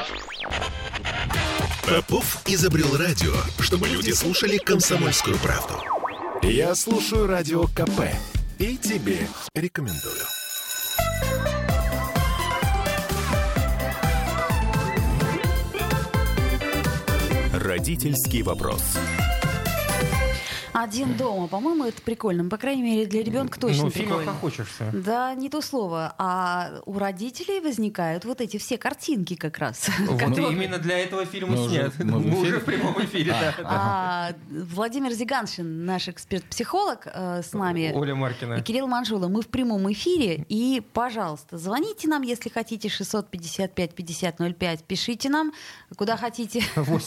Попов изобрел радио, чтобы люди слушали «Комсомольскую правду». Я слушаю Радио КП и тебе рекомендую. Родительский вопрос. Один дома, по-моему, это прикольно. По крайней мере, для ребенка точно прикольно. Ну, фильм охочешься. Да, не то слово. А у родителей возникают вот эти все картинки как раз. Вот именно для этого фильма снят. Мы уже в прямом эфире, да. Владимир Зиганшин, наш эксперт-психолог, с нами. Оля Маркина. И Кирилл Манжула. Мы в прямом эфире. И, пожалуйста, звоните нам, если хотите, 655-5005. Пишите нам, куда хотите.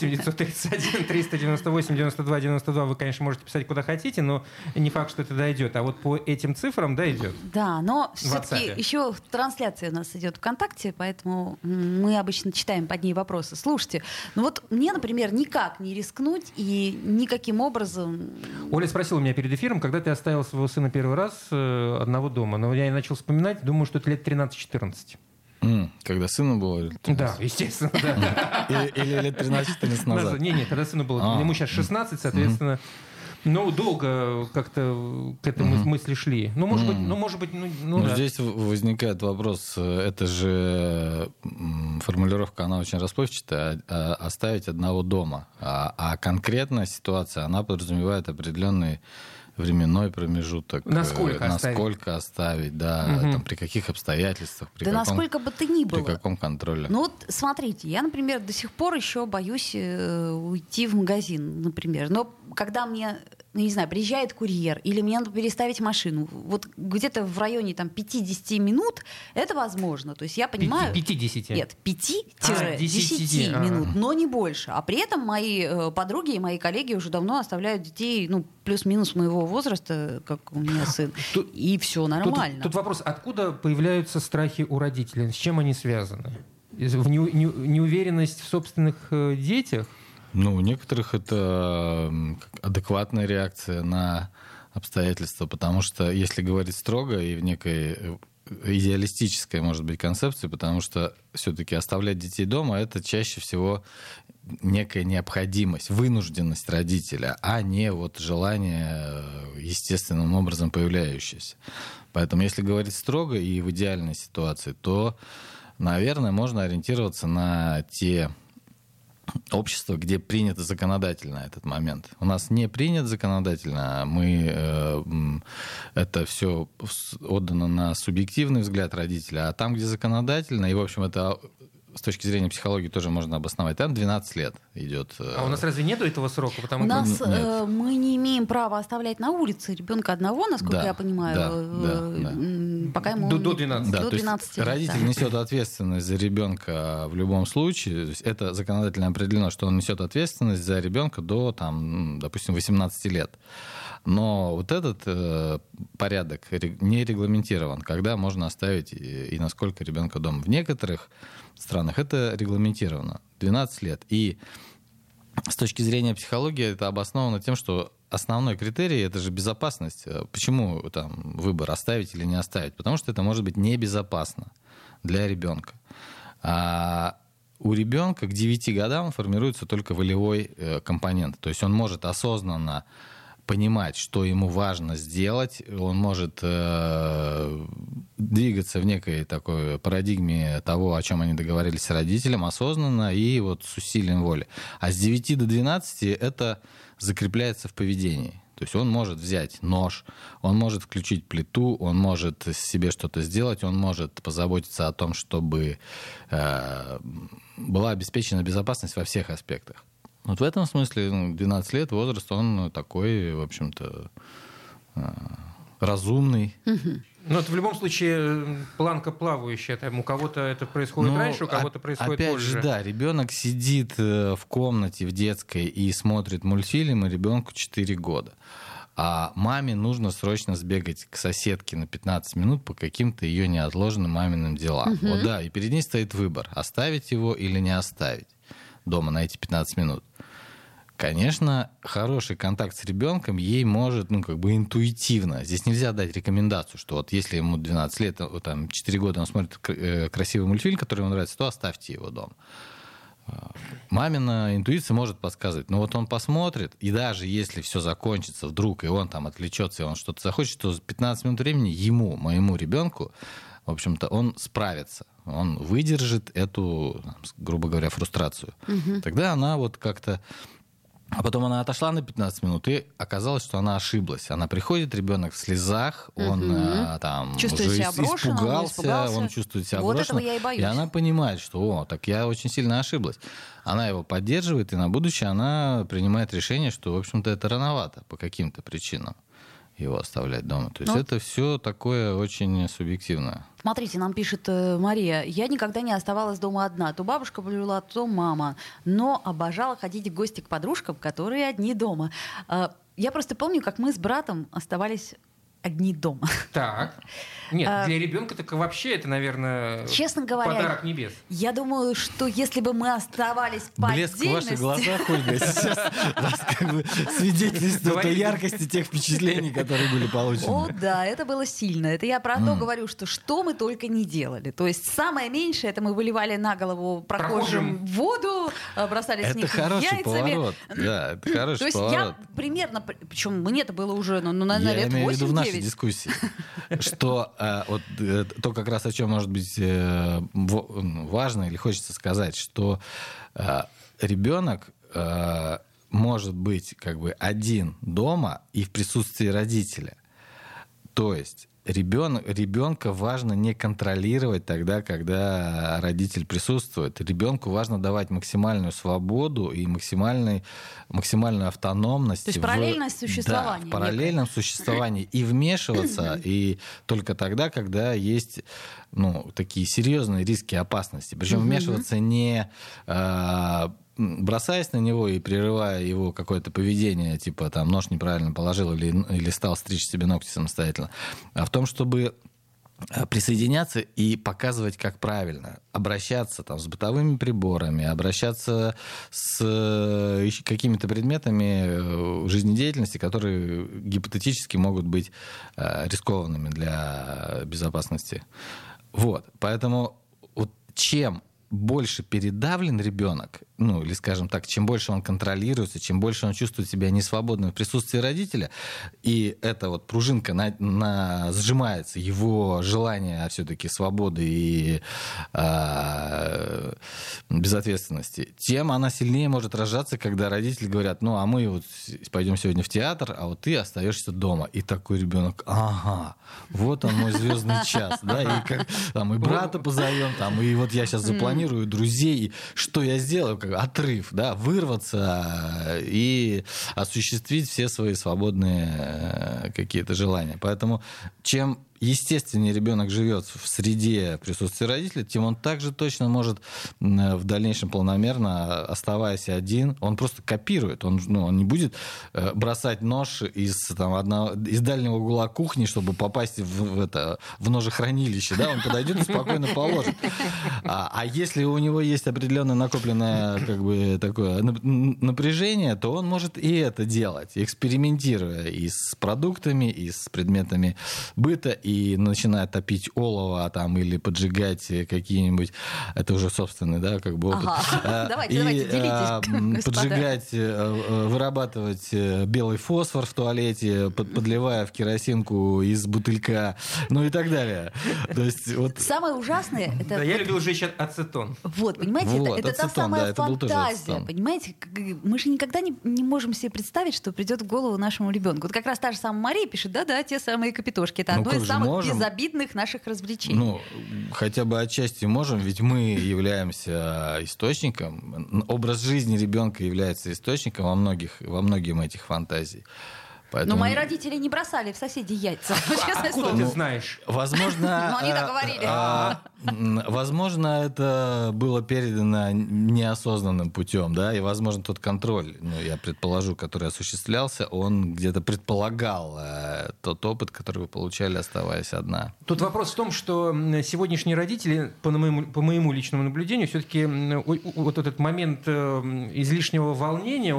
8-931-398-92-92. Вы, конечно, можете писать куда хотите, но не факт, что это дойдет. А вот по этим цифрам, да, идет. Да, но все-таки еще трансляция у нас идет ВКонтакте, поэтому мы обычно читаем под ней вопросы. Слушайте, ну вот мне, например, никак не рискнуть и никаким образом... Оля спросила меня перед эфиром, когда ты оставил своего сына первый раз одного дома. Но я и начал вспоминать, думаю, что это лет 13-14. Когда сыну было? Да, естественно, да. Или лет 13-14 назад? Нет, когда сыну было. Ему сейчас 16, соответственно... Ну, долго как-то к этой мысли шли. Ну, может быть, да. Здесь возникает вопрос, это же формулировка, она очень расплывчатая, оставить одного дома. А конкретная ситуация, она подразумевает определенный временной промежуток. Насколько оставить, да, там, при каких обстоятельствах, насколько бы ты ни было. При каком контроле. Ну вот смотрите, я, например, до сих пор еще боюсь уйти в магазин, например. Но когда мне, не знаю, приезжает курьер или мне надо переставить машину, вот где-то в районе там 50 минут это возможно. То есть я понимаю... 50? Нет, 5-10 минут, но не больше. А при этом мои подруги и мои коллеги уже давно оставляют детей, ну, плюс-минус моего возраста, как у меня сын, и все нормально. Тут вопрос, откуда появляются страхи у родителей? С чем они связаны? Неуверенность в собственных детях? Ну, у некоторых это адекватная реакция на обстоятельства, потому что, если говорить строго и в некой идеалистической, может быть, концепции, потому что все-таки оставлять детей дома — это чаще всего некая необходимость, вынужденность родителя, а не вот желание естественным образом появляющееся. Поэтому, если говорить строго и в идеальной ситуации, то, наверное, можно ориентироваться на те общество, где принято законодательно этот момент. У нас не принят законодательно, это все отдано на субъективный взгляд родителя, а там, где законодательно, и, в общем, это с точки зрения психологии тоже можно обосновать, там 12 лет идет. А у нас разве нету этого срока? У нас мы не имеем права оставлять на улице ребенка одного, насколько я понимаю, пока ему до 12. До 12 лет. Родитель несет ответственность за ребенка в любом случае. То есть это законодательно определено, что он несет ответственность за ребенка до, там, допустим, 18 лет. Но вот этот порядок не регламентирован, когда можно оставить и насколько ребенка дома. В некоторых странах это регламентировано 12 лет. И с точки зрения психологии это обосновано тем, что основной критерий — это же безопасность. Почему там выбор, оставить или не оставить? Потому что это может быть небезопасно для ребенка. А у ребенка к 9 годам формируется только волевой компонент. То есть он может осознанно понимать, что ему важно сделать, он может двигаться в некой такой парадигме того, о чем они договорились с родителем, осознанно и вот с усилием воли. А с 9 до 12 это закрепляется в поведении. То есть он может взять нож, он может включить плиту, он может себе что-то сделать, он может позаботиться о том, чтобы была обеспечена безопасность во всех аспектах. Вот в этом смысле 12 лет возраст, он такой, в общем-то, разумный. Но это в любом случае планка плавающая. Там у кого-то это происходит раньше, у кого-то происходит позже. Опять же, да, ребенок сидит в комнате в детской и смотрит мультфильм, и ребенку 4 года. А маме нужно срочно сбегать к соседке на 15 минут по каким-то ее неотложенным маминым делам. Вот да, и перед ней стоит выбор, оставить его или не оставить дома на эти 15 минут. Конечно, хороший контакт с ребенком ей может, интуитивно. Здесь нельзя дать рекомендацию, что вот если ему 12 лет, там, 4 года он смотрит красивый мультфильм, который ему нравится, то оставьте его дома. Мамина интуиция может подсказывать. Но вот он посмотрит, и даже если все закончится вдруг, и он там отвлечется, и он что-то захочет, то 15 минут времени ему, моему ребенку, в общем-то, он справится. Он выдержит эту, грубо говоря, фрустрацию. Тогда она вот как-то... А потом она отошла на 15 минут, и оказалось, что она ошиблась. Она приходит, ребенок в слезах, он там чувствует уже себя брошенным, испугался, он чувствует себя вот брошенным. этого я и боюсь. И она понимает, что, так я очень сильно ошиблась. Она его поддерживает, и на будущее она принимает решение, что, в общем-то, это рановато по каким-то причинам его оставлять дома. То есть это все такое очень субъективное. Смотрите, нам пишет Мария. Я никогда не оставалась дома одна. То бабушка повела, то мама. Но обожала ходить в гости к подружкам, которые одни дома. Я просто помню, как мы с братом оставались одни дома. Так. Нет, для ребенка так вообще это, наверное, честно говоря, подарок небес. Я думаю, что если бы мы оставались по Блеск отдельности... в ваших глазах, Ольга, сейчас вас как бы свидетельствует о яркости тех впечатлений, которые были получены. О, да, это было сильно. Это я про то говорю, что мы только не делали. То есть самое меньшее, это мы выливали на голову прохожим воду, бросали с них Это хороший яйцами. поворот. Да, это хороший поворот. То есть я примерно... Причем мне-то было уже, наверное, лет 8-9. Я имею в виду в нашей дискуссии, что вот то как раз о чем может быть важно или хочется сказать, что ребенок может быть как бы один дома и в присутствии родителя. То есть ребенка важно не контролировать тогда, когда родитель присутствует. Ребенку важно давать максимальную свободу и максимальную автономность. То есть параллельность существования. Да, в параллельном существовании. И вмешиваться и только тогда, когда есть такие серьезные риски опасности. Причем вмешиваться не... бросаясь на него и прерывая его какое-то поведение, типа там нож неправильно положил или стал стричь себе ногти самостоятельно, а в том, чтобы присоединяться и показывать, как правильно обращаться там, с бытовыми приборами, обращаться с какими-то предметами жизнедеятельности, которые гипотетически могут быть рискованными для безопасности. Вот. Поэтому чем больше передавлен ребенок, или, скажем так, чем больше он контролируется, чем больше он чувствует себя несвободным в присутствии родителя, и эта вот пружинка сжимается, его желание все-таки свободы и безответственности, тем она сильнее может рожаться, когда родители говорят, а мы вот пойдем сегодня в театр, а вот ты остаешься дома. И такой ребенок, вот он мой звездный час, да, и и брата позовем, и вот я сейчас запланирую друзей, что я сделаю, отрыв, да, вырваться и осуществить все свои свободные какие-то желания. Поэтому чем естественнее ребенок живет в среде присутствия родителей, тем он также точно может в дальнейшем планомерно, оставаясь один, он просто копирует. Он не будет бросать нож из дальнего угла кухни, чтобы попасть в ножехранилище. Да? Он подойдет и спокойно положит. А если у него есть определенное накопленное такое напряжение, то он может и это делать, экспериментируя и с продуктами, и с предметами быта, и начиная топить олово или поджигать какие-нибудь, это уже собственный, да, опыт. Давайте, делитесь, поджигать, вырабатывать белый фосфор в туалете, подливая в керосинку из бутылька, и так далее. То есть, самое ужасное... это я любил жечь ацетон. Понимаете, это та самая фантазия. Понимаете, мы же никогда не можем себе представить, что придет в голову нашему ребенку. Как раз та же самая Мария пишет, да, те самые капитошки. Это одно из самых безобидных наших развлечений. Хотя бы отчасти можем, ведь мы являемся источником, образ жизни ребенка является источником во многих этих фантазий. Поэтому... Но мои родители не бросали в соседей яйца. Откуда ты знаешь? Возможно, они так говорили. Возможно, это было передано неосознанным путем, да, и, возможно, тот контроль, я предположу, который осуществлялся, он где-то предполагал тот опыт, который вы получали, оставаясь одна. Тут вопрос в том, что сегодняшние родители, по моему личному наблюдению, все-таки вот этот момент излишнего волнения,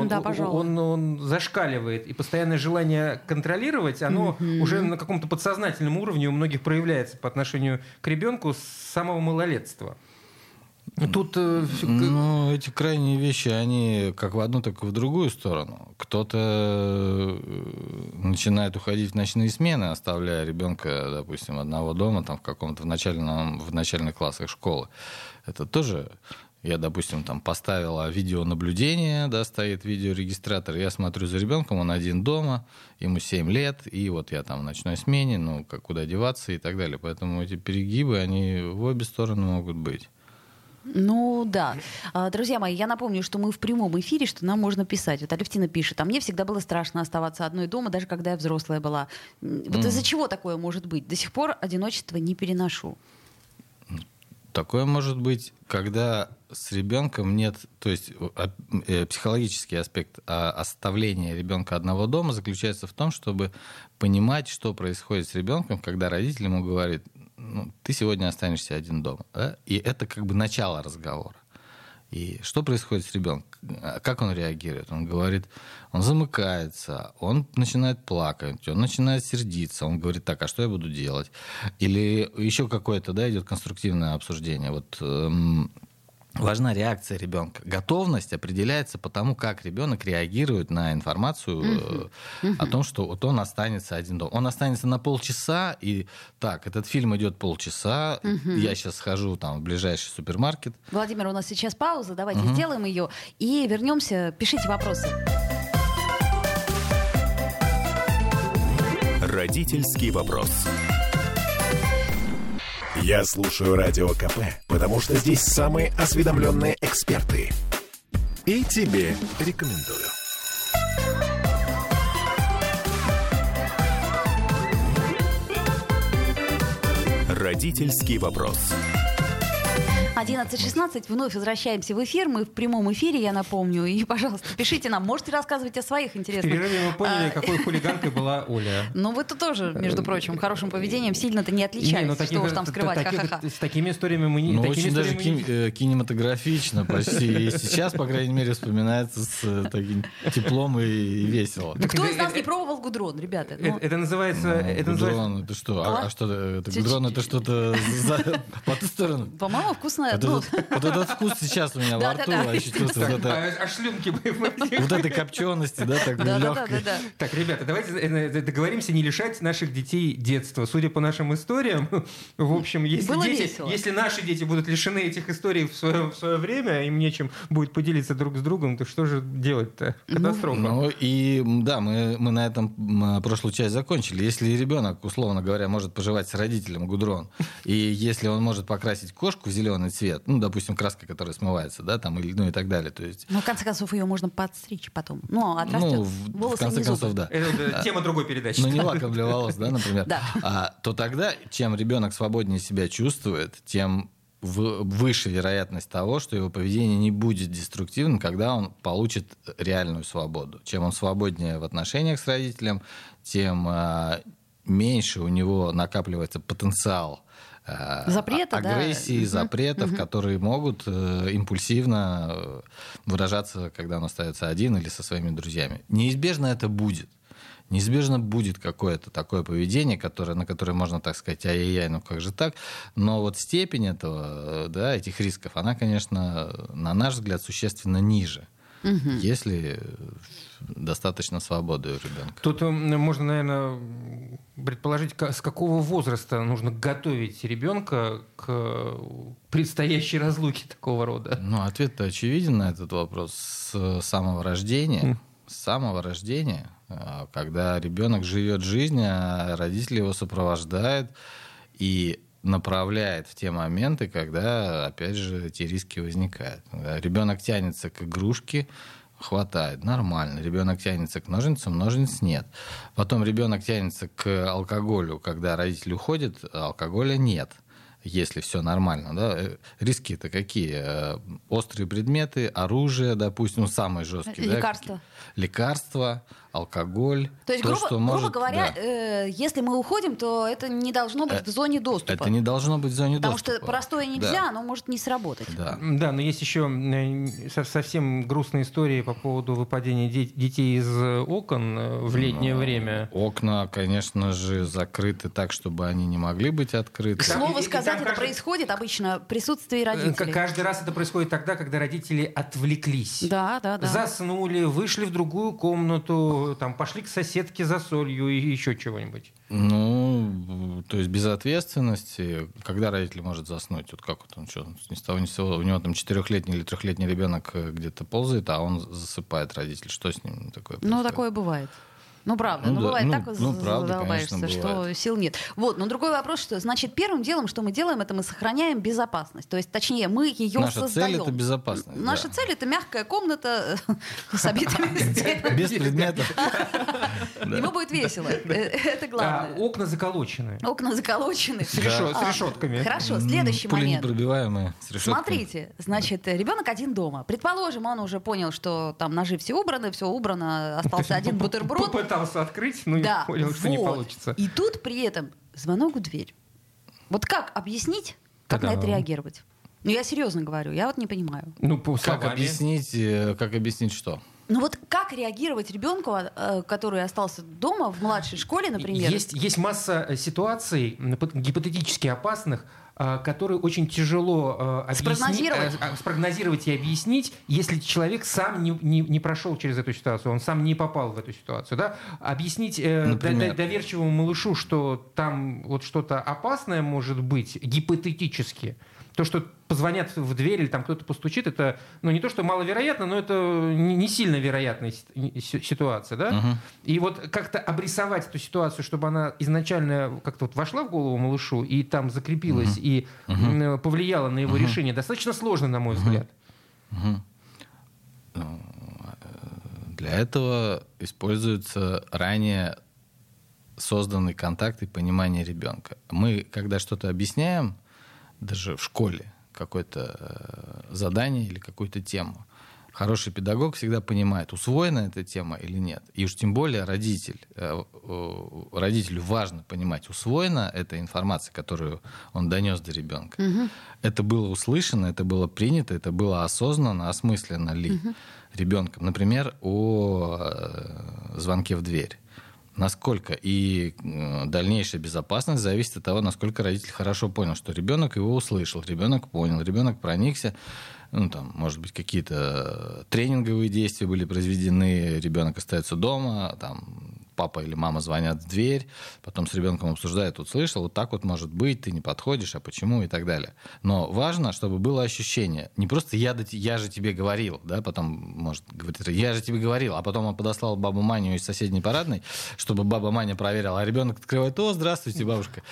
он зашкаливает, и постоянное желание контролировать, оно уже на каком-то подсознательном уровне у многих проявляется по отношению к ребенку с самого малолетства. Тут... эти крайние вещи, они как в одну, так и в другую сторону. Кто-то начинает уходить в ночные смены, оставляя ребенка, допустим, одного дома там, в каком-то в начальных классах школы. Это тоже... Я, допустим, там поставила видеонаблюдение, да, стоит видеорегистратор, я смотрю за ребенком, он один дома, ему 7 лет, и вот я там в ночной смене, куда деваться и так далее. Поэтому эти перегибы, они в обе стороны могут быть. Да. Друзья мои, я напомню, что мы в прямом эфире, что нам можно писать. Вот Алевтина пишет: а мне всегда было страшно оставаться одной дома, даже когда я взрослая была. Вот из-за чего такое может быть? До сих пор одиночество не переношу. Такое может быть, когда с ребенком нет, то есть психологический аспект оставления ребенка одного дома заключается в том, чтобы понимать, что происходит с ребенком, когда родитель ему говорит: ты сегодня останешься один дома. Да? И это как бы начало разговора. И что происходит с ребенком? Как он реагирует? Он говорит, он замыкается, он начинает плакать, он начинает сердиться, он говорит: так, а что я буду делать? Или еще какое-то, идет конструктивное обсуждение. Важна реакция ребенка. Готовность определяется по тому, как ребенок реагирует на информацию о том, что вот он останется один дома. Он останется на полчаса, и так, этот фильм идет полчаса, я сейчас схожу в ближайший супермаркет. Владимир, у нас сейчас пауза, давайте сделаем ее и вернемся. Пишите вопросы. Родительский вопрос. Я слушаю Радио КП, потому что здесь самые осведомленные эксперты. И тебе рекомендую. Родительский вопрос. 11:16, вновь возвращаемся в эфир. Мы в прямом эфире, я напомню. И, пожалуйста, пишите нам. Можете рассказывать о своих интересных... В перерыве мы поняли, какой хулиганкой была Оля. Вы-то тоже, между прочим, хорошим поведением сильно-то не отличались. Что уж там скрывать, ха-ха-ха. С такими историями мы не... Очень даже кинематографично почти. И сейчас, по крайней мере, вспоминается с таким теплом и весело. Кто из нас не пробовал гудрон, ребята? Это называется... Гудрон, это что? А что? Гудрон, это что-то по ту сторону? По-моему, вкусно. Вот этот вкус сейчас у меня во рту ощутился. А шлюнки вот этой копчености, такой легкой. Так, ребята, давайте договоримся не лишать наших детей детства. Судя по нашим историям, в общем, если наши дети будут лишены этих историй в свое время, им нечем будет поделиться друг с другом, то что же делать-то? Катастрофа. Мы на этом прошлую часть закончили. Если ребенок, условно говоря, может пожевать с родителем гудрон, и если он может покрасить кошку в зеленый цвет, допустим, краска, которая смывается, или и так далее. То есть... в конце концов, ее можно подстричь потом. Отрастет. В конце концов, да. Это тема другой передачи. Не лаком для волос, например. То тогда, чем ребенок свободнее себя чувствует, тем выше вероятность того, что его поведение не будет деструктивным, когда он получит реальную свободу. Чем он свободнее в отношениях с родителем, тем меньше у него накапливается потенциал агрессии, запретов, которые могут импульсивно выражаться, когда он остается один или со своими друзьями. Неизбежно это будет. Неизбежно будет какое-то такое поведение, на которое можно так сказать: ай-яй-яй, как же так? Но степень этих рисков, она, конечно, на наш взгляд, существенно ниже. Если достаточно свободы у ребенка. Тут можно, наверное, предположить, с какого возраста нужно готовить ребенка к предстоящей разлуке такого рода. Ответ-то очевиден на этот вопрос. С самого рождения. С самого рождения, когда ребенок живет жизнь, а родители его сопровождают и направляет в те моменты, когда, опять же, эти риски возникают. Ребенок тянется к игрушке, хватает, нормально. Ребенок тянется к ножницам, ножниц нет. Потом ребенок тянется к алкоголю, когда родитель уходит, алкоголя нет. Если все нормально, риски-то какие? Острые предметы, оружие, допустим, самые жесткие. Лекарства, алкоголь. То есть, грубо говоря, если мы уходим, то это не должно быть в зоне доступа. Это не должно быть в зоне доступа. Потому что простое нельзя, оно может не сработать. Да, но есть еще совсем грустные истории по поводу выпадения детей из окон в летнее время. Окна, конечно же, закрыты так, чтобы они не могли быть открыты. К слову сказать, кстати, это происходит обычно в присутствии родителей. Каждый раз это происходит тогда, когда родители отвлеклись. Да. Заснули, вышли в другую комнату, там, пошли к соседке за солью и еще чего-нибудь. Ну, то есть безответственности, когда родитель может заснуть? Вот как вот он, что, ни с того ни с сего, у него там 4-летний или 3-летний ребенок где-то ползает, а он засыпает, родитель. Что с ним такое происходит? Ну, такое бывает. Ну, правда. Бывает так, задолбаешься, что сил нет. Вот, но другой вопрос, что, значит, первым делом, что мы делаем, это мы сохраняем безопасность. То есть, точнее, мы ее создаем. Наша цель — это безопасность. Наша цель — это мягкая комната с обитыми стенами. Без предметов. Ему будет весело. Это главное. Окна заколочены. Окна заколочены. С решетками. Хорошо, следующий момент. Пуленепробиваемые, с решетками. Смотрите, значит, ребенок один дома. Предположим, он уже понял, что там ножи все убрано, остался один бутерброд. Пытался открыть, но я понял, что не получится. И тут при этом звонок в дверь. Вот как объяснить, как на это реагировать? Ну, я серьезно говорю, я вот не понимаю. Ну, как объяснить что? Ну вот как реагировать ребенку, который остался дома в младшей школе, например? Есть масса ситуаций гипотетически опасных, которые очень тяжело спрогнозировать и объяснить, если человек сам не прошел через эту ситуацию, он сам не попал в эту ситуацию. Да? Объяснить доверчивому малышу, что там вот что-то опасное может быть гипотетически, то, что позвонят в дверь или там кто-то постучит, это не то, что маловероятно, но это не сильно вероятная ситуация. Да? Угу. И вот как-то обрисовать эту ситуацию, чтобы она изначально как-то вот вошла в голову малышу и там закрепилась и повлияла на его решение, достаточно сложно, на мой взгляд. Для этого используется ранее созданный контакт и понимание ребенка. Мы, когда что-то объясняем, даже в школе, какое-то задание или какую-то тему, хороший педагог всегда понимает, усвоена эта тема или нет. И уж тем более родителю важно понимать, усвоена эта информация, которую он донес до ребенка. Это было услышано, это было принято, это было осознанно, осмысленно ли ребенком. Например, о звонке в дверь. Насколько и дальнейшая безопасность зависит от того, насколько родитель хорошо понял, что ребенок его услышал, ребенок понял, ребенок проникся. Там, может быть, какие-то тренинговые действия были произведены, ребенок остается дома, там, папа или мама звонят в дверь, потом с ребенком обсуждают, вот слышал, вот так вот может быть, ты не подходишь, а почему и так далее. Но важно, чтобы было ощущение. Не просто я же тебе говорил, да, потом, может, говорит, я же тебе говорил, а потом он подослал бабу Маню из соседней парадной, чтобы баба Маня проверила, а ребенок открывает, о, здравствуйте, бабушка.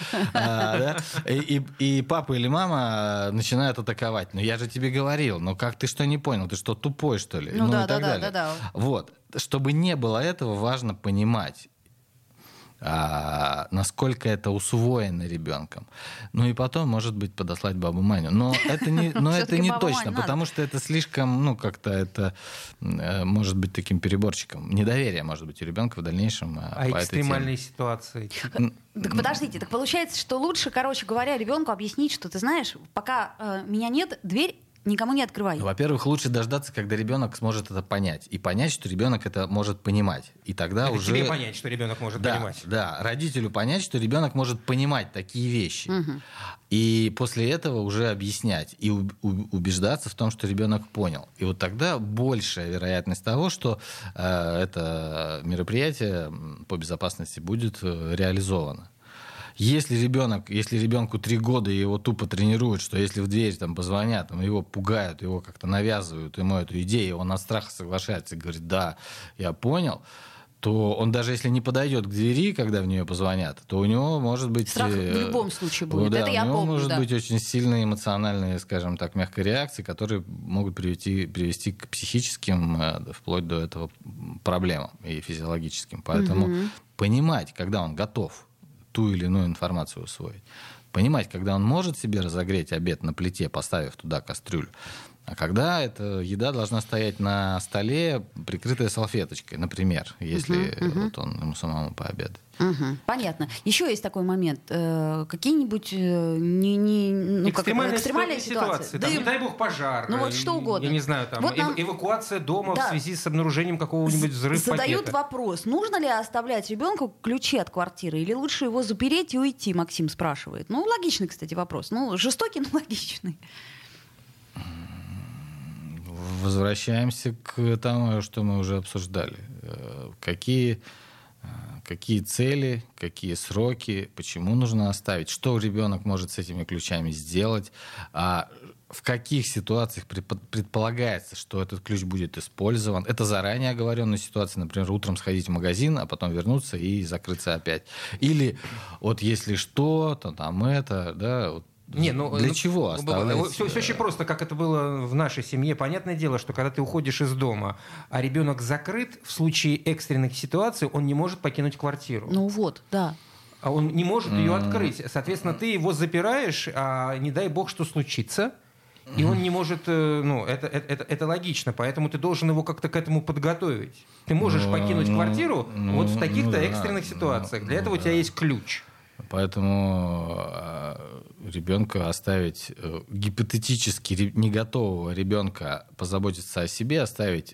И папа или мама начинают атаковать. Но я же тебе говорил, но как ты что не понял? Ты что, тупой, что ли? Ну да. Вот. Чтобы не было этого, важно понимать, насколько это усвоено ребенком. Ну и потом, может быть, подослать бабу Маню. Но это не точно, потому что это слишком, как-то это может быть таким переборчиком. Недоверие может быть у ребенка в дальнейшем по этой теме. Экстремальные ситуации. Так подождите, так получается, что лучше, короче говоря, ребенку объяснить, что ты знаешь, пока меня нет, дверь никому не открывай. Во-первых, лучше дождаться, когда ребенок сможет это понять. И понять, что ребенок это может понимать. И тогда это уже... тебе понять, что ребенок может понимать. Да, родителю понять, что ребенок может понимать такие вещи. И после этого уже объяснять. И убеждаться в том, что ребенок понял. И вот тогда большая вероятность того, что это мероприятие по безопасности будет реализовано. Если ребенку 3 года, и его тупо тренируют, что если в дверь там позвонят, его пугают, его как-то навязывают ему эту идею, он от страха соглашается и говорит, да, я понял, то он даже если не подойдет к двери, когда в нее позвонят, то у него может быть... Страх в любом случае будет, это я помню. У него может быть очень сильные эмоциональные, скажем так, мягкие реакции, которые могут привести к психическим, вплоть до этого, проблемам и физиологическим. Поэтому понимать, когда он готов ту или иную информацию усвоить. Понимать, когда он может себе разогреть обед на плите, поставив туда кастрюлю, А когда эта еда должна стоять на столе, прикрытая салфеточкой, например, если вот он ему самому пообедает. Понятно. Еще есть такой момент. Какие-нибудь экстремальные ситуации. Там, не дай бог, пожар. Ну вот что угодно. Я не знаю, там, вот эвакуация дома в связи с обнаружением какого-нибудь взрыва-пакета. Задают вопрос, нужно ли оставлять ребенку ключи от квартиры или лучше его запереть и уйти, Максим спрашивает. Ну, логичный, кстати, вопрос. Ну, жестокий, но логичный. Возвращаемся к тому, что мы уже обсуждали. Какие цели, какие сроки, почему нужно оставить, что ребенок может с этими ключами сделать, а в каких ситуациях предполагается, что этот ключ будет использован. Это заранее оговоренная ситуация, например, утром сходить в магазин, а потом вернуться и закрыться опять. Или вот если что, то там это, да, вот. Для чего оставлять? Все очень просто, как это было в нашей семье. Понятное дело, что когда ты уходишь из дома, а ребенок закрыт, в случае экстренных ситуаций он не может покинуть квартиру. Ну вот, да. А он не может ее открыть. Соответственно, ты его запираешь, а не дай бог, что случится. И он не может, это логично, поэтому ты должен его как-то к этому подготовить. Ты можешь покинуть квартиру вот в таких-то экстренных ситуациях. Для этого у тебя есть ключ. Поэтому ребенка оставить, гипотетически не готового ребенка позаботиться о себе, оставить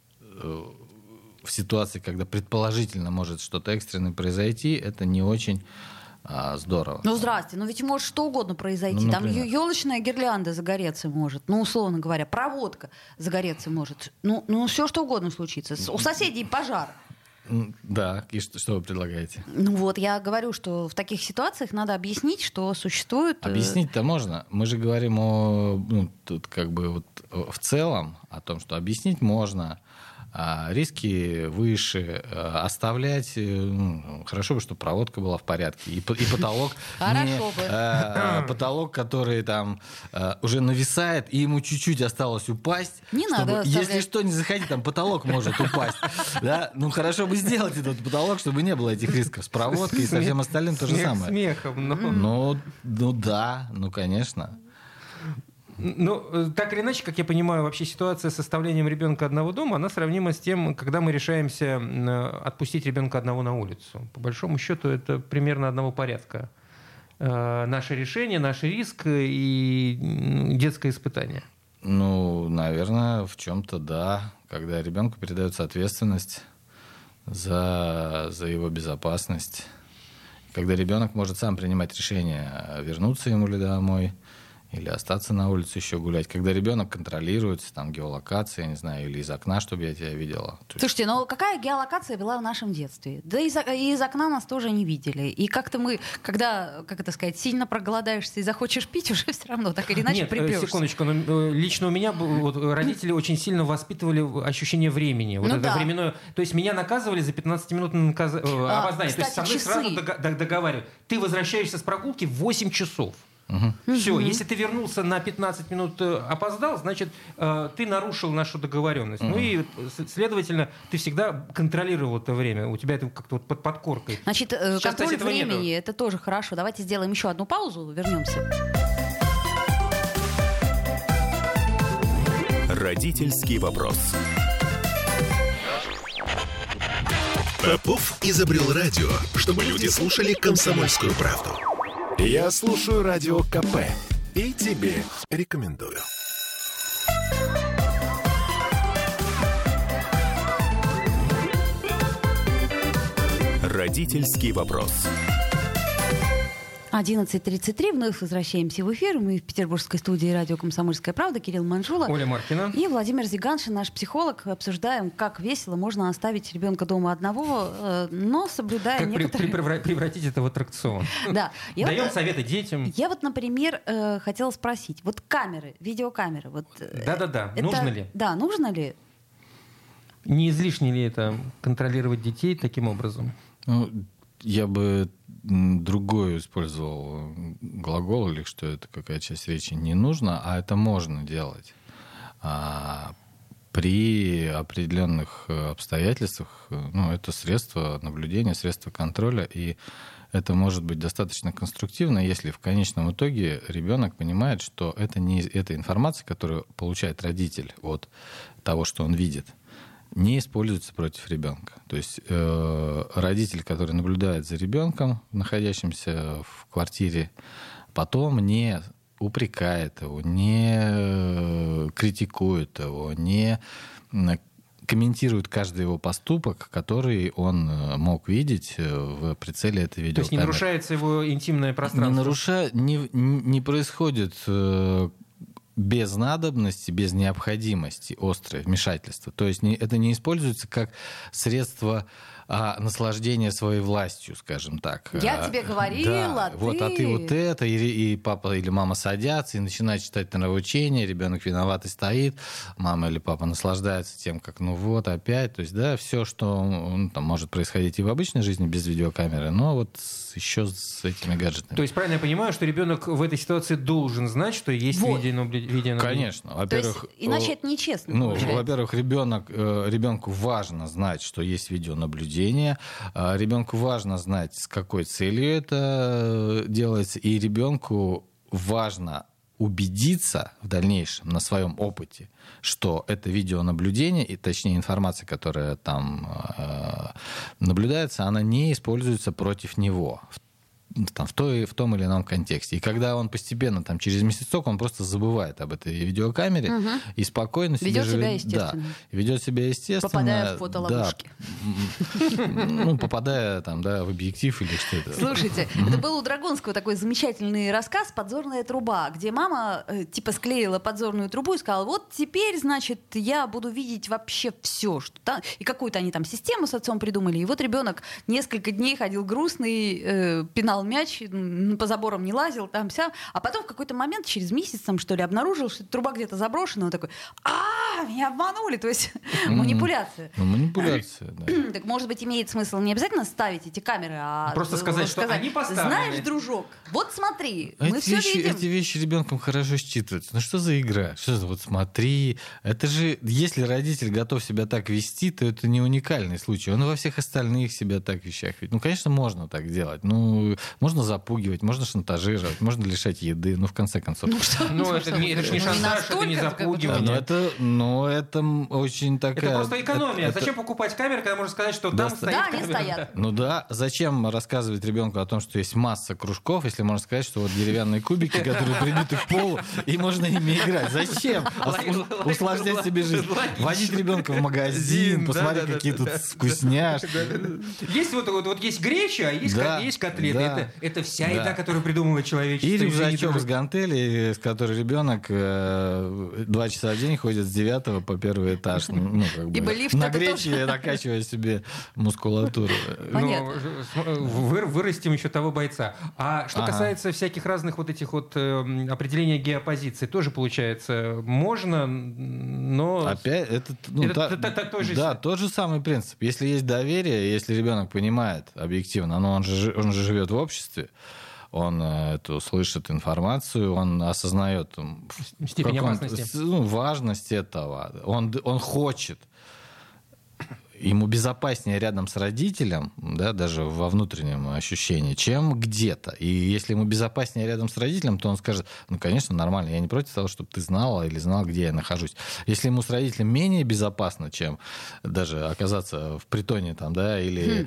в ситуации, когда предположительно может что-то экстренное произойти, это не очень здорово. Ну, здрасте, но ведь может что угодно произойти. Ну, там елочная гирлянда загореться может. Ну, условно говоря, проводка загореться может. Ну все что угодно случится. У соседей пожар. Да, и что вы предлагаете? Ну вот, я говорю, что в таких ситуациях надо объяснить, что существует... Объяснить-то можно. Мы же говорим тут как бы вот в целом о том, что объяснить можно, риски выше, оставлять... хорошо бы, чтобы проводка была в порядке. И потолок... Потолок, который там уже нависает, и ему чуть-чуть осталось упасть. Не надо оставлять. Если что, не заходи, там потолок может упасть. Да? Ну, хорошо бы сделать этот потолок, чтобы не было этих рисков с проводкой и со всем остальным то же самое. Смехом, Ну, да, конечно. Ну, так или иначе, как я понимаю, вообще ситуация с оставлением ребенка одного дома, она сравнима с тем, когда мы решаемся отпустить ребенка одного на улицу. По большому счету, это примерно одного порядка. Наше решение, наш риск и детское испытание. Ну, наверное, в чем-то да. Когда ребенку передается ответственность за его безопасность. Когда ребенок может сам принимать решение, вернуться ему ли домой, или остаться на улице еще гулять. Когда ребенок контролируется, там, геолокация, я не знаю, или из окна, чтобы я тебя видела. Слушайте, ну какая геолокация была в нашем детстве? Да из окна нас тоже не видели. И как-то мы, когда, как это сказать, сильно проголодаешься и захочешь пить, уже все равно так или иначе припрешься. Нет, секундочку. Лично у меня родители очень сильно воспитывали ощущение времени. Вот это временное... То есть меня наказывали за 15-минутное опоздание. То есть со мной сразу договаривают. Ты возвращаешься с прогулки в 8 часов. Все, если ты вернулся на 15 минут опоздал, значит, ты нарушил нашу договоренность. Ну и, следовательно, ты всегда контролировал это время. У тебя это как-то вот под подкоркой. Значит, контроль времени, это тоже хорошо. Давайте сделаем еще одну паузу, вернемся. Родительский вопрос. Попов изобрел радио, чтобы люди слушали «Комсомольскую правду». Я слушаю Радио КП и тебе рекомендую. Родительский вопрос. 11:33. Вновь возвращаемся в эфир. Мы в петербургской студии радио «Комсомольская правда». Кирилл Манжула. Оля Маркина. И Владимир Зиганшин, наш психолог. Обсуждаем, как весело можно оставить ребенка дома одного, но соблюдая некоторые... Как превратить это в аттракцион. Да. Даем советы детям. Я вот, например, хотела спросить. Вот камеры, видеокамеры. Да-да-да. Нужно ли? Да, нужно ли? Не излишне ли это контролировать детей таким образом? Ну, я бы другой использовал глагол, или что это, какая часть речи, не нужно, а это можно делать. При определенных обстоятельствах, это средство наблюдения, средство контроля, и это может быть достаточно конструктивно, если в конечном итоге ребенок понимает, что это не эта информация, которую получает родитель от того, что он видит, не используется против ребенка. То есть родитель, который наблюдает за ребенком, находящимся в квартире, потом не упрекает его, не критикует его, не комментирует каждый его поступок, который он мог видеть в прицеле этой видеокамеры. То есть не нарушается его интимное пространство? Не происходит без надобности, без необходимости острое вмешательство. То есть это не используется как средство наслаждения своей властью, скажем так. Я тебе говорила, да, ты... Вот, а ты вот это, и папа или мама садятся и начинают читать нравоучения, ребенок виноватый стоит, мама или папа наслаждаются тем, как ну вот опять, то есть да, все, что там может происходить и в обычной жизни без видеокамеры, но вот еще с этими гаджетами. То есть правильно я понимаю, что ребенок в этой ситуации должен знать, что есть видеонаблюдение? Конечно. Во-первых, то есть, иначе это нечестно. Ну, во-первых, ребенку важно знать, что есть видеонаблюдение. Ребенку важно знать, с какой целью это делается, и ребенку важно убедиться в дальнейшем на своем опыте, что это видеонаблюдение, и точнее информация, которая там наблюдается, она не используется против него в том или ином контексте. И когда он постепенно, там, через месяцок, он просто забывает об этой видеокамере и спокойно себе живет. Ведет себя естественно. Да, ведет себя естественно. Попадая в фотоловушки. Да, ну, попадая там, да, в объектив или что-то. Слушайте, это был у Драгунского такой замечательный рассказ «Подзорная труба», где мама типа склеила подзорную трубу и сказала, вот теперь, значит, я буду видеть вообще все, что там. И какую-то они там систему с отцом придумали. И вот ребенок несколько дней ходил грустный, пинал мяч, по заборам не лазил, там вся. А потом в какой-то момент, через месяц, там, что ли, обнаружил, что труба где-то заброшена. Он такой, меня обманули. То есть манипуляция. Манипуляция, да. Так, может быть, имеет смысл не обязательно ставить эти камеры, а просто сказать, что они поставлены. Знаешь, дружок, вот смотри, мы все видим. Эти вещи ребенком хорошо считываются. Ну что за игра? Что за вот смотри? Это же, если родитель готов себя так вести, то это не уникальный случай. Он во всех остальных себя так вещах ведет. Ну, конечно, можно так делать. Ну, можно запугивать, можно шантажировать, можно лишать еды, ну, в конце концов. Ну, это же не шантаж, это не запугивание. Это очень такая... Это просто экономия. Зачем покупать камеры, когда можно сказать, что там стоит камера? Да, они стоят. Ну да, зачем рассказывать ребенку о том, что есть масса кружков, если можно сказать, что вот деревянные кубики, которые прибиты к полу, и можно ими играть. Зачем? Усложнять себе жизнь. Водить ребенка в магазин, посмотреть, какие тут вкусняшки. Есть вот есть греча, а есть котлеты. Это вся еда, которую придумывает человечество. И рюкзачок с гантелей, с которой ребенок 2 часа в день ходит с 9 по 1 этаж. Ну, как бы, на грече накачивая себе мускулатуру. Вырастим еще того бойца. А что касается всяких разных вот этих вот определений геопозиции, тоже получается можно, но... Опять, это тот же самый принцип. Если есть доверие, если ребенок понимает объективно, но он же живет в обществе, он слышит информацию, он осознает степень опасности. Важность этого. Он хочет. Ему безопаснее рядом с родителем, да, даже во внутреннем ощущении, чем где-то. И если ему безопаснее рядом с родителем, то он скажет, ну, конечно, нормально, я не против того, чтобы ты знала или знал, где я нахожусь. Если ему с родителем менее безопасно, чем даже оказаться в притоне там, да, или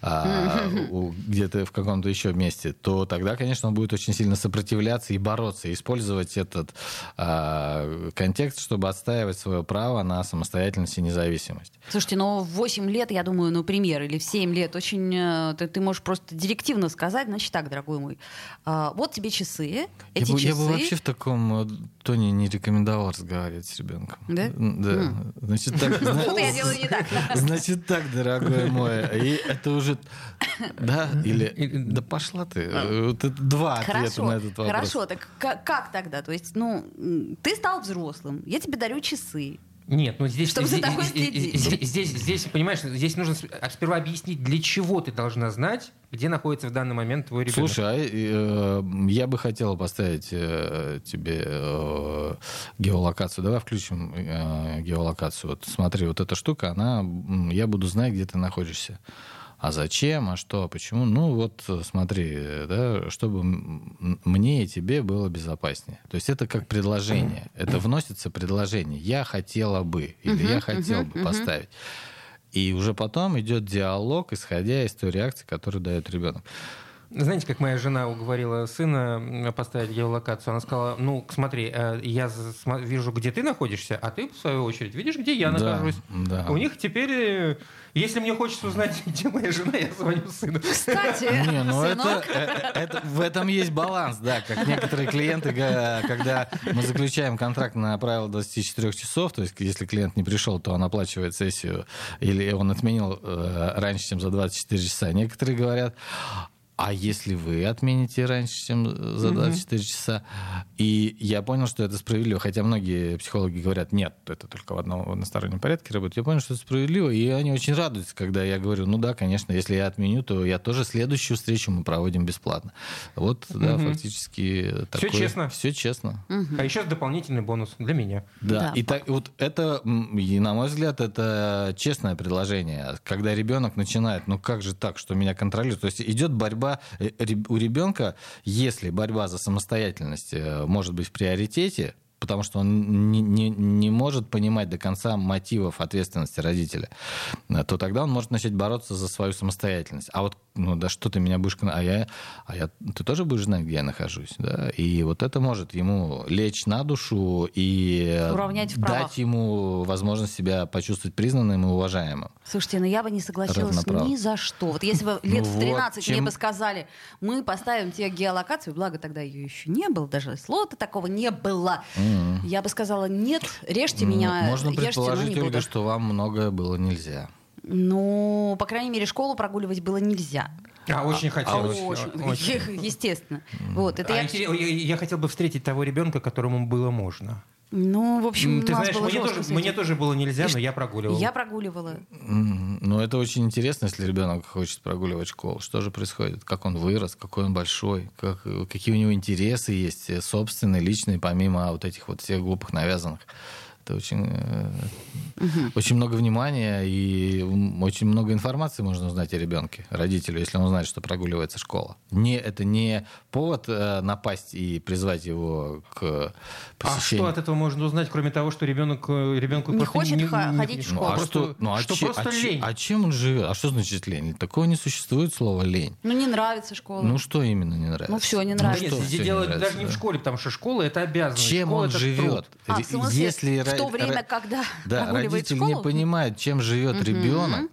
где-то в каком-то еще месте, то тогда, конечно, он будет очень сильно сопротивляться и бороться, и использовать этот контекст, чтобы отстаивать свое право на самостоятельность и независимость. Слушайте, но в 8 лет, я думаю, например, или в 7 лет, очень ты можешь просто директивно сказать, значит так, дорогой мой, вот тебе часы, эти часы... Я бы вообще в таком тоне не рекомендовал разговаривать с ребенком. Да? Да. Значит, так... Что-то я делаю не так. Значит так, дорогой мой, и это уже... Да? Или... Да пошла ты. Вот это 2 ответа на этот вопрос. Хорошо, так как тогда? То есть, ты стал взрослым, я тебе дарю часы. Нет, здесь, здесь, понимаешь, здесь нужно сперва объяснить, для чего ты должна знать, где находится в данный момент твой ребенок. Слушай, я бы хотел поставить тебе геолокацию. Давай включим геолокацию. Вот смотри, вот эта штука, я буду знать, где ты находишься. А зачем, а что, почему? Ну вот смотри, да, чтобы мне и тебе было безопаснее. То есть это как предложение. Это вносится предложение. Я хотела бы или я хотел бы поставить. И уже потом идет диалог, исходя из той реакции, которую дает ребенок. Знаете, как моя жена уговорила сына поставить геолокацию? Она сказала, ну, смотри, я вижу, где ты находишься, а ты, в свою очередь, видишь, где я нахожусь. Да. У них теперь, если мне хочется узнать, где моя жена, я звоню сыну. Кстати, это в этом есть баланс, да, как некоторые клиенты, когда мы заключаем контракт на правило 24 часов, то есть если клиент не пришел, то он оплачивает сессию, или он отменил раньше, чем за 24 часа. Некоторые говорят, а если вы отмените раньше, чем за 24 часа? И я понял, что это справедливо. Хотя многие психологи говорят, нет, это только в одностороннем порядке работает. Я понял, что это справедливо. И они очень радуются, когда я говорю, ну да, конечно, если я отменю, то я тоже следующую встречу мы проводим бесплатно. Вот, да, фактически такое. Все честно. Все честно. А еще дополнительный бонус для меня. Да. И так, вот это, и, на мой взгляд, это честное предложение. Когда ребенок начинает, ну как же так, что меня контролирует? То есть идет борьба у ребенка, если борьба за самостоятельность может быть в приоритете, потому что он не может понимать до конца мотивов ответственности родителя, то тогда он может начать бороться за свою самостоятельность. А вот, ну да что ты меня будешь... ты тоже будешь знать, где я нахожусь, да? И вот это может ему лечь на душу и дать ему возможность себя почувствовать признанным и уважаемым. Слушайте, ну я бы не согласилась ни за что. Вот если бы лет в 13 мне бы сказали, мы поставим тебе геолокацию, благо тогда ее еще не было, даже слота такого не было, я бы сказала, нет, режьте меня, можно естьте, предположить, Ольга, что вам многое было нельзя. Ну, по крайней мере, школу прогуливать было нельзя. Очень хотелось. Очень. Естественно. Вот, это я хотел бы встретить того ребенка, которому было можно. Ну, в общем, ты знаешь, мне тоже было нельзя, но я прогуливал. Я прогуливала. Ну, это очень интересно, если ребенок хочет прогуливать школу. Что же происходит? Как он вырос, какой он большой, какие у него интересы есть, собственные, личные, помимо вот этих вот всех глупых навязанных. Это очень много внимания и очень много информации можно узнать о ребенке, родителю, если он узнает, что прогуливается школа. Это не повод напасть и призвать его к посещению. А что от этого можно узнать, кроме того, что ребенку не хочет ходить в школу? Просто лень. А чем он живет? А что значит лень? Такого не существует слова лень. Ну, не нравится школа. Ну, что именно не нравится? Ну, все не нравится. Дело даже не в школе, потому что школа — это обязанность. Чем он живет? В смысле, в то время, когда прогуливает родитель школу? не понимает, чем живет ребенок,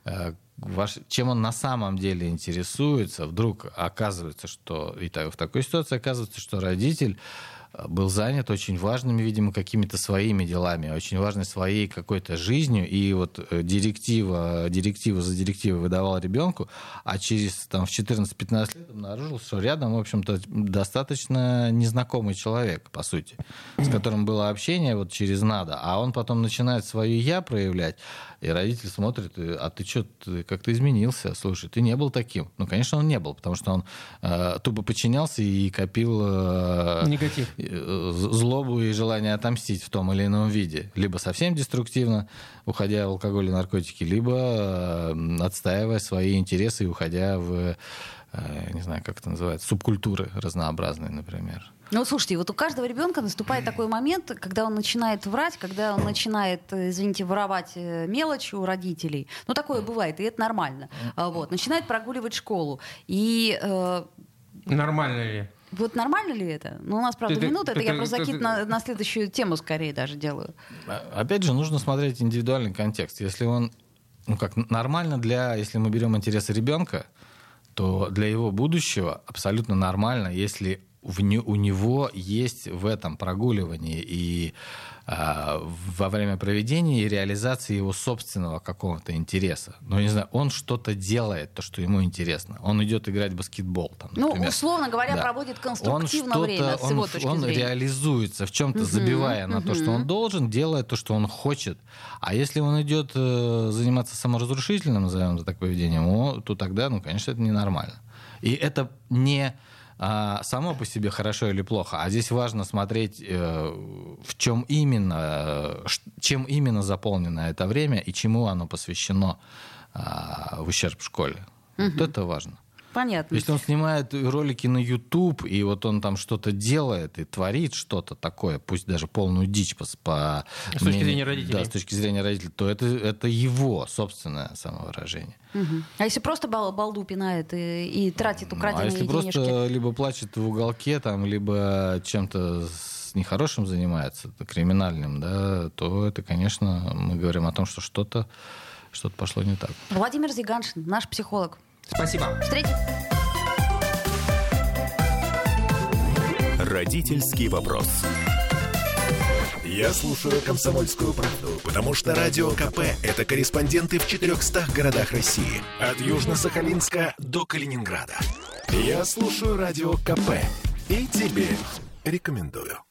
чем он на самом деле интересуется, вдруг оказывается, что в такой ситуации оказывается, что родитель был занят очень важными, видимо, какими-то своими делами, очень важной своей какой-то жизнью, и вот директиву за директивой выдавал ребенку, а в 14-15 лет обнаружил, что рядом, в общем-то, достаточно незнакомый человек, по сути, с которым было общение вот через «надо», а он потом начинает свое «я» проявлять, и родитель смотрит, а ты что, как ты изменился? Слушай, ты не был таким. Ну, конечно, он не был, потому что он тупо подчинялся и копил негатив, злобу и желание отомстить в том или ином виде. Либо совсем деструктивно, уходя в алкоголь и наркотики, либо отстаивая свои интересы и уходя в, не знаю, как это называется, субкультуры разнообразные, например. Ну, слушайте, вот у каждого ребенка наступает такой момент, когда он начинает врать, когда он начинает, извините, воровать мелочь у родителей. Ну, такое бывает, и это нормально. Вот. Начинает прогуливать школу. И... Нормально ли? Вот нормально ли это? Ну, у нас, правда, минута. Это я просто закид на следующую тему скорее даже делаю. Опять же, нужно смотреть индивидуальный контекст. Если он, нормально если мы берем интересы ребенка, то для его будущего абсолютно нормально, если у него есть в этом прогуливании и во время проведения и реализации его собственного какого-то интереса. Ну, не знаю, он что-то делает, то, что ему интересно. Он идет играть в баскетбол. Там, например. Условно говоря, проводит конструктивное время с его точки зрения. Он реализуется в чем-то, забивая на то, что он должен, делая то, что он хочет. А если он идет заниматься саморазрушительным, назовем это так, поведением, то тогда, конечно, это ненормально. И это не само по себе хорошо или плохо, а здесь важно смотреть, чем именно заполнено это время и чему оно посвящено в ущерб школе. Вот это важно. Понятно. Если он снимает ролики на YouTube, и вот он там что-то делает и творит что-то такое, пусть даже полную дичь с точки зрения родителей. Да, с точки зрения родителей, то это его собственное самовыражение. А если просто балду пинает и тратит украденные денежки? А если просто либо плачет в уголке, там, либо чем-то нехорошим занимается, криминальным, да, то это, конечно, мы говорим о том, что что-то пошло не так. Владимир Зиганшин, наш психолог. Спасибо. Встретимся. Родительский вопрос. Я слушаю «Комсомольскую правду», потому что Радио КП – это корреспонденты в 400 городах России. От Южно-Сахалинска до Калининграда. Я слушаю Радио КП и тебе рекомендую.